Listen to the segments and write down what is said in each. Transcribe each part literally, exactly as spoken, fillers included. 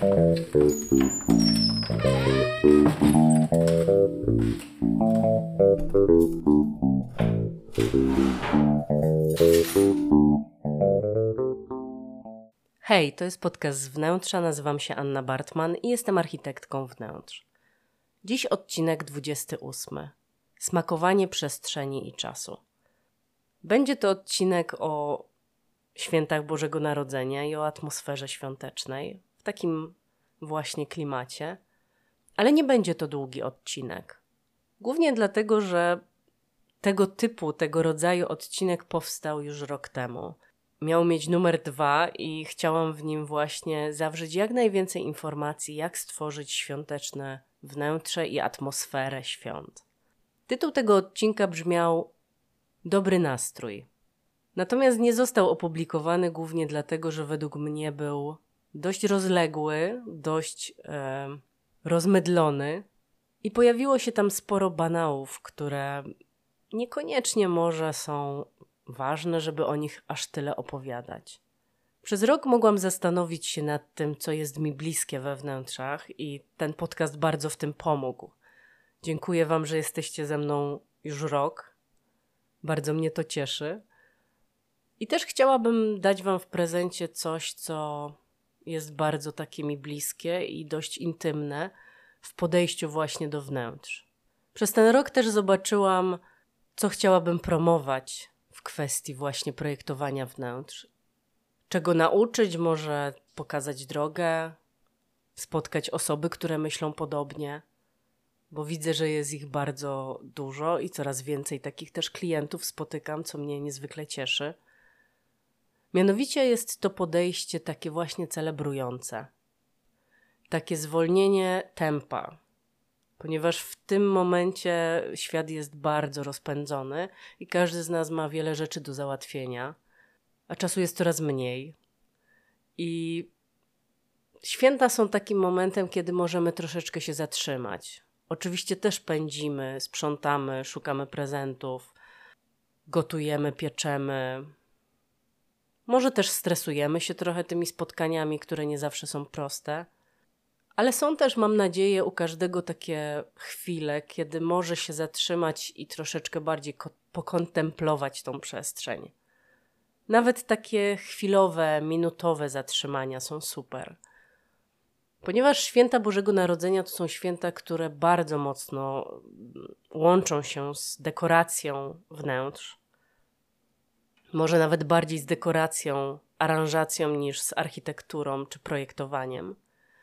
Hej, to jest podcast z wnętrza, nazywam się Anna Bartman i jestem architektką wnętrz. Dziś odcinek dwudziesty ósmy. Smakowanie przestrzeni i czasu. Będzie to odcinek o świętach Bożego Narodzenia i o atmosferze świątecznej, w takim właśnie klimacie, ale nie będzie to długi odcinek. Głównie dlatego, że tego typu, tego rodzaju odcinek powstał już rok temu. Miał mieć numer dwa i chciałam w nim właśnie zawrzeć jak najwięcej informacji, jak stworzyć świąteczne wnętrze i atmosferę świąt. Tytuł tego odcinka brzmiał Dobry nastrój. Natomiast nie został opublikowany głównie dlatego, że według mnie był dość rozległy, dość e, rozmydlony i pojawiło się tam sporo banałów, które niekoniecznie może są ważne, żeby o nich aż tyle opowiadać. Przez rok mogłam zastanowić się nad tym, co jest mi bliskie we wnętrzach i ten podcast bardzo w tym pomógł. Dziękuję Wam, że jesteście ze mną już rok. Bardzo mnie to cieszy. I też chciałabym dać Wam w prezencie coś, co jest bardzo takie mi bliskie i dość intymne w podejściu właśnie do wnętrz. Przez ten rok też zobaczyłam, co chciałabym promować w kwestii właśnie projektowania wnętrz. Czego nauczyć, może pokazać drogę, spotkać osoby, które myślą podobnie, bo widzę, że jest ich bardzo dużo i coraz więcej takich też klientów spotykam, co mnie niezwykle cieszy. Mianowicie jest to podejście takie właśnie celebrujące. Takie zwolnienie tempa. Ponieważ w tym momencie świat jest bardzo rozpędzony i każdy z nas ma wiele rzeczy do załatwienia, a czasu jest coraz mniej. I święta są takim momentem, kiedy możemy troszeczkę się zatrzymać. Oczywiście też pędzimy, sprzątamy, szukamy prezentów, gotujemy, pieczemy. Może też stresujemy się trochę tymi spotkaniami, które nie zawsze są proste. Ale są też, mam nadzieję, u każdego takie chwile, kiedy może się zatrzymać i troszeczkę bardziej ko- pokontemplować tą przestrzeń. Nawet takie chwilowe, minutowe zatrzymania są super. Ponieważ święta Bożego Narodzenia to są święta, które bardzo mocno łączą się z dekoracją wnętrz. Może nawet bardziej z dekoracją, aranżacją niż z architekturą czy projektowaniem.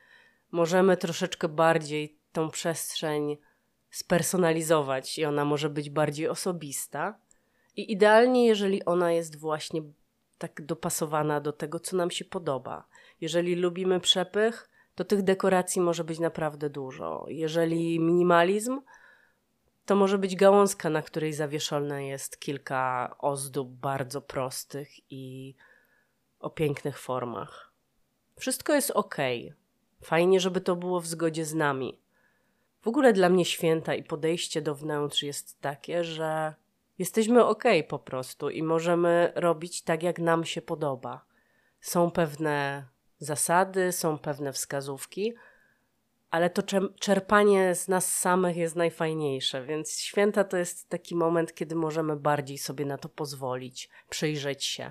Możemy troszeczkę bardziej tą przestrzeń spersonalizować i ona może być bardziej osobista. I idealnie, jeżeli ona jest właśnie tak dopasowana do tego, co nam się podoba. Jeżeli lubimy przepych, to tych dekoracji może być naprawdę dużo. Jeżeli minimalizm, to może być gałązka, na której zawieszone jest kilka ozdób bardzo prostych i o pięknych formach. Wszystko jest okej. Fajnie, żeby to było w zgodzie z nami. W ogóle dla mnie święta i podejście do wnętrz jest takie, że jesteśmy okej po prostu i możemy robić tak, jak nam się podoba. Są pewne zasady, są pewne wskazówki, ale to czerpanie z nas samych jest najfajniejsze, więc święta to jest taki moment, kiedy możemy bardziej sobie na to pozwolić, przyjrzeć się.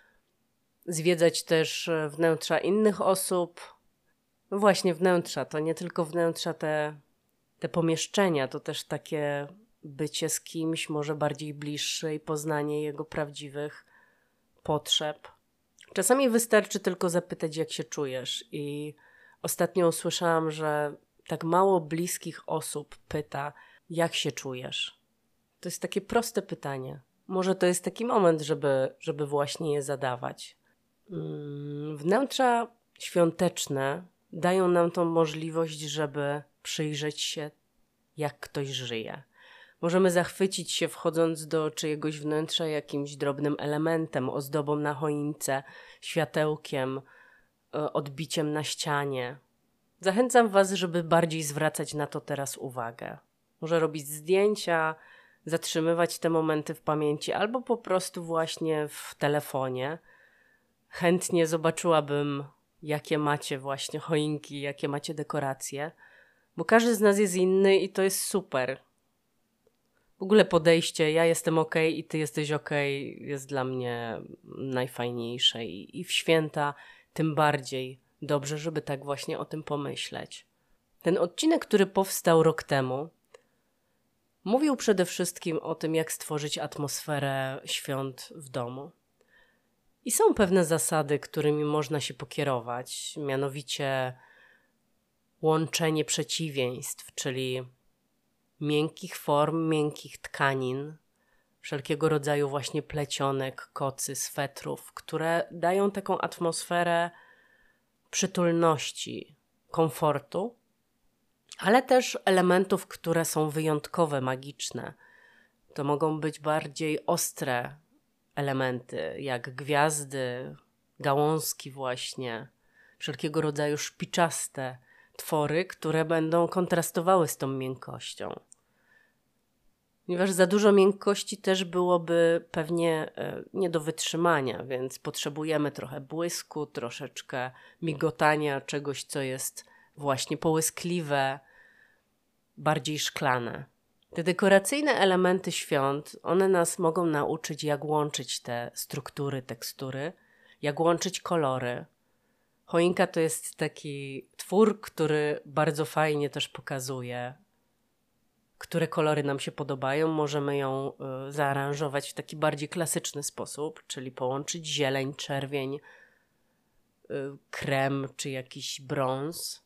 Zwiedzać też wnętrza innych osób. No właśnie wnętrza, to nie tylko wnętrza te, te pomieszczenia, to też takie bycie z kimś może bardziej bliższe i poznanie jego prawdziwych potrzeb. Czasami wystarczy tylko zapytać, jak się czujesz i ostatnio usłyszałam, że tak mało bliskich osób pyta, jak się czujesz. To jest takie proste pytanie. Może to jest taki moment, żeby, żeby właśnie je zadawać. Hmm, wnętrza świąteczne dają nam tą możliwość, żeby przyjrzeć się, jak ktoś żyje. Możemy zachwycić się, wchodząc do czyjegoś wnętrza, jakimś drobnym elementem, ozdobą na choince, światełkiem, odbiciem na ścianie. Zachęcam Was, żeby bardziej zwracać na to teraz uwagę. Może robić zdjęcia, zatrzymywać te momenty w pamięci, albo po prostu właśnie w telefonie. Chętnie zobaczyłabym jakie macie właśnie choinki, jakie macie dekoracje, bo każdy z nas jest inny i to jest super. W ogóle podejście, ja jestem okej i ty jesteś okej, jest dla mnie najfajniejsze i, i w święta tym bardziej dobrze, żeby tak właśnie o tym pomyśleć. Ten odcinek, który powstał rok temu, mówił przede wszystkim o tym, jak stworzyć atmosferę świąt w domu. I są pewne zasady, którymi można się pokierować, mianowicie łączenie przeciwieństw, czyli miękkich form, miękkich tkanin, wszelkiego rodzaju właśnie plecionek, kocy, swetrów, które dają taką atmosferę przytulności, komfortu, ale też elementów, które są wyjątkowe, magiczne. To mogą być bardziej ostre elementy, jak gwiazdy, gałązki właśnie, wszelkiego rodzaju szpiczaste twory, które będą kontrastowały z tą miękkością. Ponieważ za dużo miękkości też byłoby pewnie nie do wytrzymania, więc potrzebujemy trochę błysku, troszeczkę migotania, czegoś, co jest właśnie połyskliwe, bardziej szklane. Te dekoracyjne elementy świąt, one nas mogą nauczyć, jak łączyć te struktury, tekstury, jak łączyć kolory. Choinka to jest taki twór, który bardzo fajnie też pokazuje, które kolory nam się podobają. Możemy ją y, zaaranżować w taki bardziej klasyczny sposób, czyli połączyć zieleń, czerwień, y, krem czy jakiś brąz.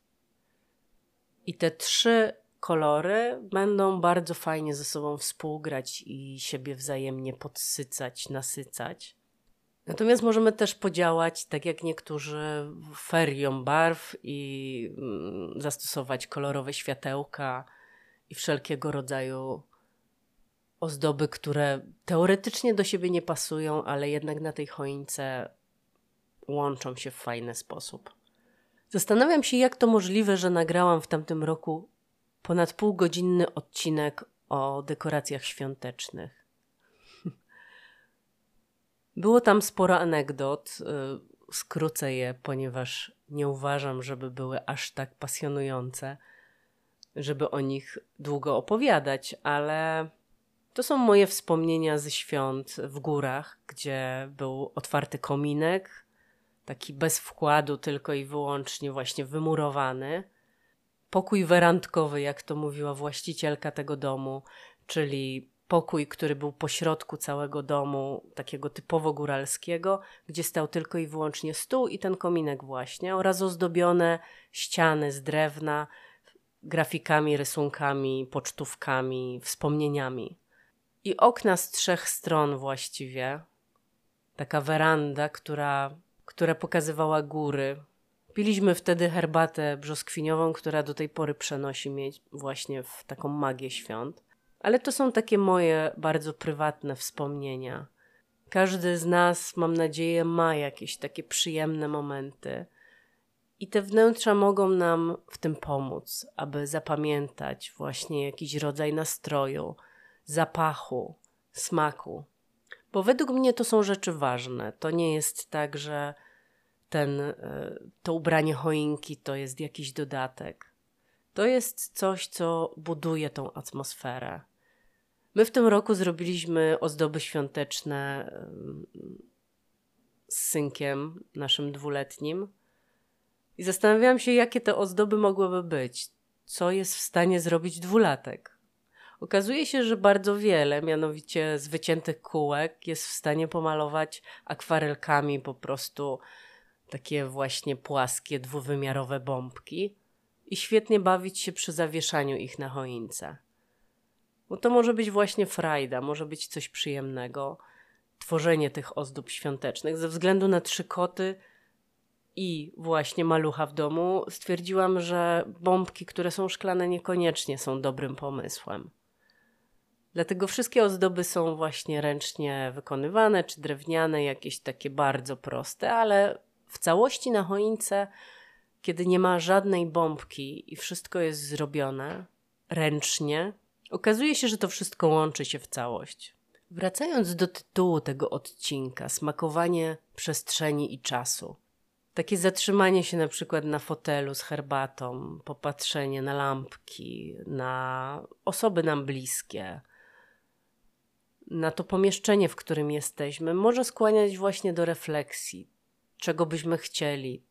I te trzy kolory będą bardzo fajnie ze sobą współgrać i siebie wzajemnie podsycać, nasycać. Natomiast możemy też podziałać, tak jak niektórzy, ferią barw i mm, zastosować kolorowe światełka i wszelkiego rodzaju ozdoby, które teoretycznie do siebie nie pasują, ale jednak na tej choince łączą się w fajny sposób. Zastanawiam się, jak to możliwe, że nagrałam w tamtym roku ponad półgodzinny odcinek o dekoracjach świątecznych. Było tam sporo anegdot, skrócę je, ponieważ nie uważam, żeby były aż tak pasjonujące, żeby o nich długo opowiadać, ale to są moje wspomnienia ze świąt w górach, gdzie był otwarty kominek, taki bez wkładu, tylko i wyłącznie właśnie wymurowany. Pokój werandkowy, jak to mówiła właścicielka tego domu, czyli pokój, który był pośrodku całego domu, takiego typowo góralskiego, gdzie stał tylko i wyłącznie stół i ten kominek właśnie, oraz ozdobione ściany z drewna, grafikami, rysunkami, pocztówkami, wspomnieniami. I okna z trzech stron właściwie, taka weranda, która, która pokazywała góry. Piliśmy wtedy herbatę brzoskwiniową, która do tej pory przenosi mnie właśnie w taką magię świąt. Ale to są takie moje bardzo prywatne wspomnienia. Każdy z nas, mam nadzieję, ma jakieś takie przyjemne momenty. I te wnętrza mogą nam w tym pomóc, aby zapamiętać właśnie jakiś rodzaj nastroju, zapachu, smaku. Bo według mnie to są rzeczy ważne. To nie jest tak, że ten, to ubranie choinki to jest jakiś dodatek. To jest coś, co buduje tą atmosferę. My w tym roku zrobiliśmy ozdoby świąteczne z synkiem naszym dwuletnim i zastanawiałam się, jakie te ozdoby mogłyby być. Co jest w stanie zrobić dwulatek? Okazuje się, że bardzo wiele, mianowicie z wyciętych kółek jest w stanie pomalować akwarelkami po prostu takie właśnie płaskie, dwuwymiarowe bombki i świetnie bawić się przy zawieszaniu ich na choince. Bo to może być właśnie frajda, może być coś przyjemnego, tworzenie tych ozdób świątecznych. Ze względu na trzy koty i właśnie malucha w domu stwierdziłam, że bombki, które są szklane, niekoniecznie są dobrym pomysłem. Dlatego wszystkie ozdoby są właśnie ręcznie wykonywane, czy drewniane, jakieś takie bardzo proste, ale w całości na choince, kiedy nie ma żadnej bombki i wszystko jest zrobione ręcznie, okazuje się, że to wszystko łączy się w całość. Wracając do tytułu tego odcinka, smakowanie przestrzeni i czasu. Takie zatrzymanie się na przykład na fotelu z herbatą, popatrzenie na lampki, na osoby nam bliskie, na to pomieszczenie, w którym jesteśmy, może skłaniać właśnie do refleksji, czego byśmy chcieli,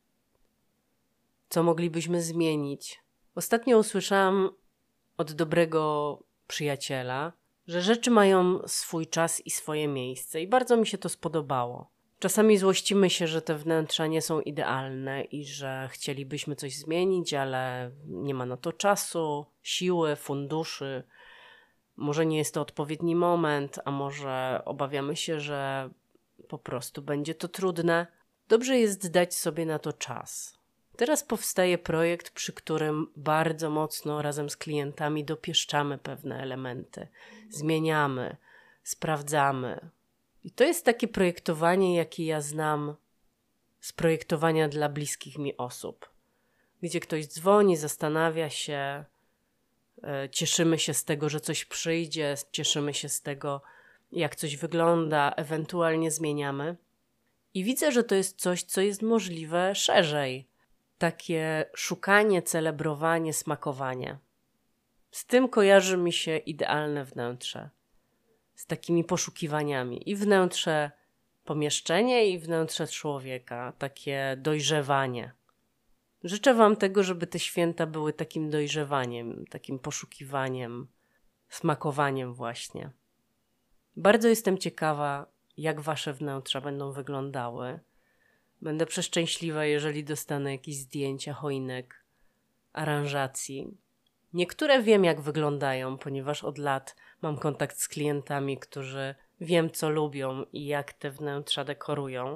co moglibyśmy zmienić. Ostatnio usłyszałam od dobrego przyjaciela, że rzeczy mają swój czas i swoje miejsce i bardzo mi się to spodobało. Czasami złościmy się, że te wnętrza nie są idealne i że chcielibyśmy coś zmienić, ale nie ma na to czasu, siły, funduszy. Może nie jest to odpowiedni moment, a może obawiamy się, że po prostu będzie to trudne. Dobrze jest dać sobie na to czas. Teraz powstaje projekt, przy którym bardzo mocno razem z klientami dopieszczamy pewne elementy. Zmieniamy, sprawdzamy. I to jest takie projektowanie, jakie ja znam z projektowania dla bliskich mi osób. Gdzie ktoś dzwoni, zastanawia się, cieszymy się z tego, że coś przyjdzie, cieszymy się z tego, jak coś wygląda, ewentualnie zmieniamy. I widzę, że to jest coś, co jest możliwe szerzej. Takie szukanie, celebrowanie, smakowanie. Z tym kojarzy mi się idealne wnętrze. Z takimi poszukiwaniami. I wnętrze pomieszczenie, i wnętrze człowieka. Takie dojrzewanie. Życzę wam tego, żeby te święta były takim dojrzewaniem, takim poszukiwaniem, smakowaniem właśnie. Bardzo jestem ciekawa, jak wasze wnętrza będą wyglądały. Będę przeszczęśliwa, jeżeli dostanę jakieś zdjęcia choinek, aranżacji. Niektóre wiem, jak wyglądają, ponieważ od lat mam kontakt z klientami, którzy wiem, co lubią i jak te wnętrza dekorują.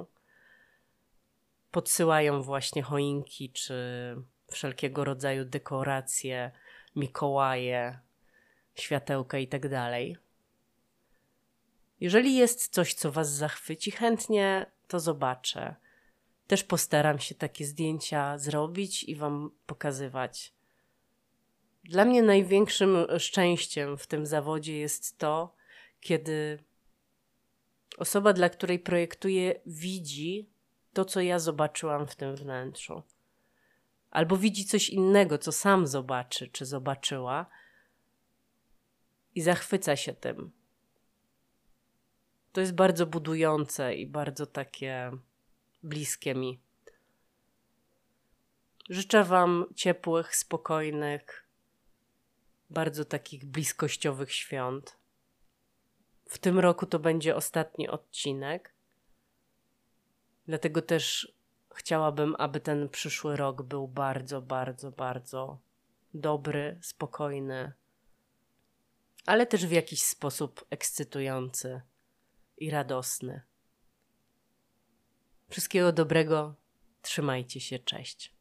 Podsyłają właśnie choinki czy wszelkiego rodzaju dekoracje, Mikołaje, światełka i tak dalej. Jeżeli jest coś, co was zachwyci, chętnie to zobaczę. Też postaram się takie zdjęcia zrobić i wam pokazywać. Dla mnie największym szczęściem w tym zawodzie jest to, kiedy osoba, dla której projektuję, widzi to, co ja zobaczyłam w tym wnętrzu. Albo widzi coś innego, co sam zobaczy, czy zobaczyła i zachwyca się tym. To jest bardzo budujące i bardzo takie bliskie mi. Życzę wam ciepłych, spokojnych, bardzo takich bliskościowych świąt. W tym roku to będzie ostatni odcinek. Dlatego też chciałabym, aby ten przyszły rok był bardzo, bardzo, bardzo dobry, spokojny, ale też w jakiś sposób ekscytujący i radosny. Wszystkiego dobrego, trzymajcie się, cześć.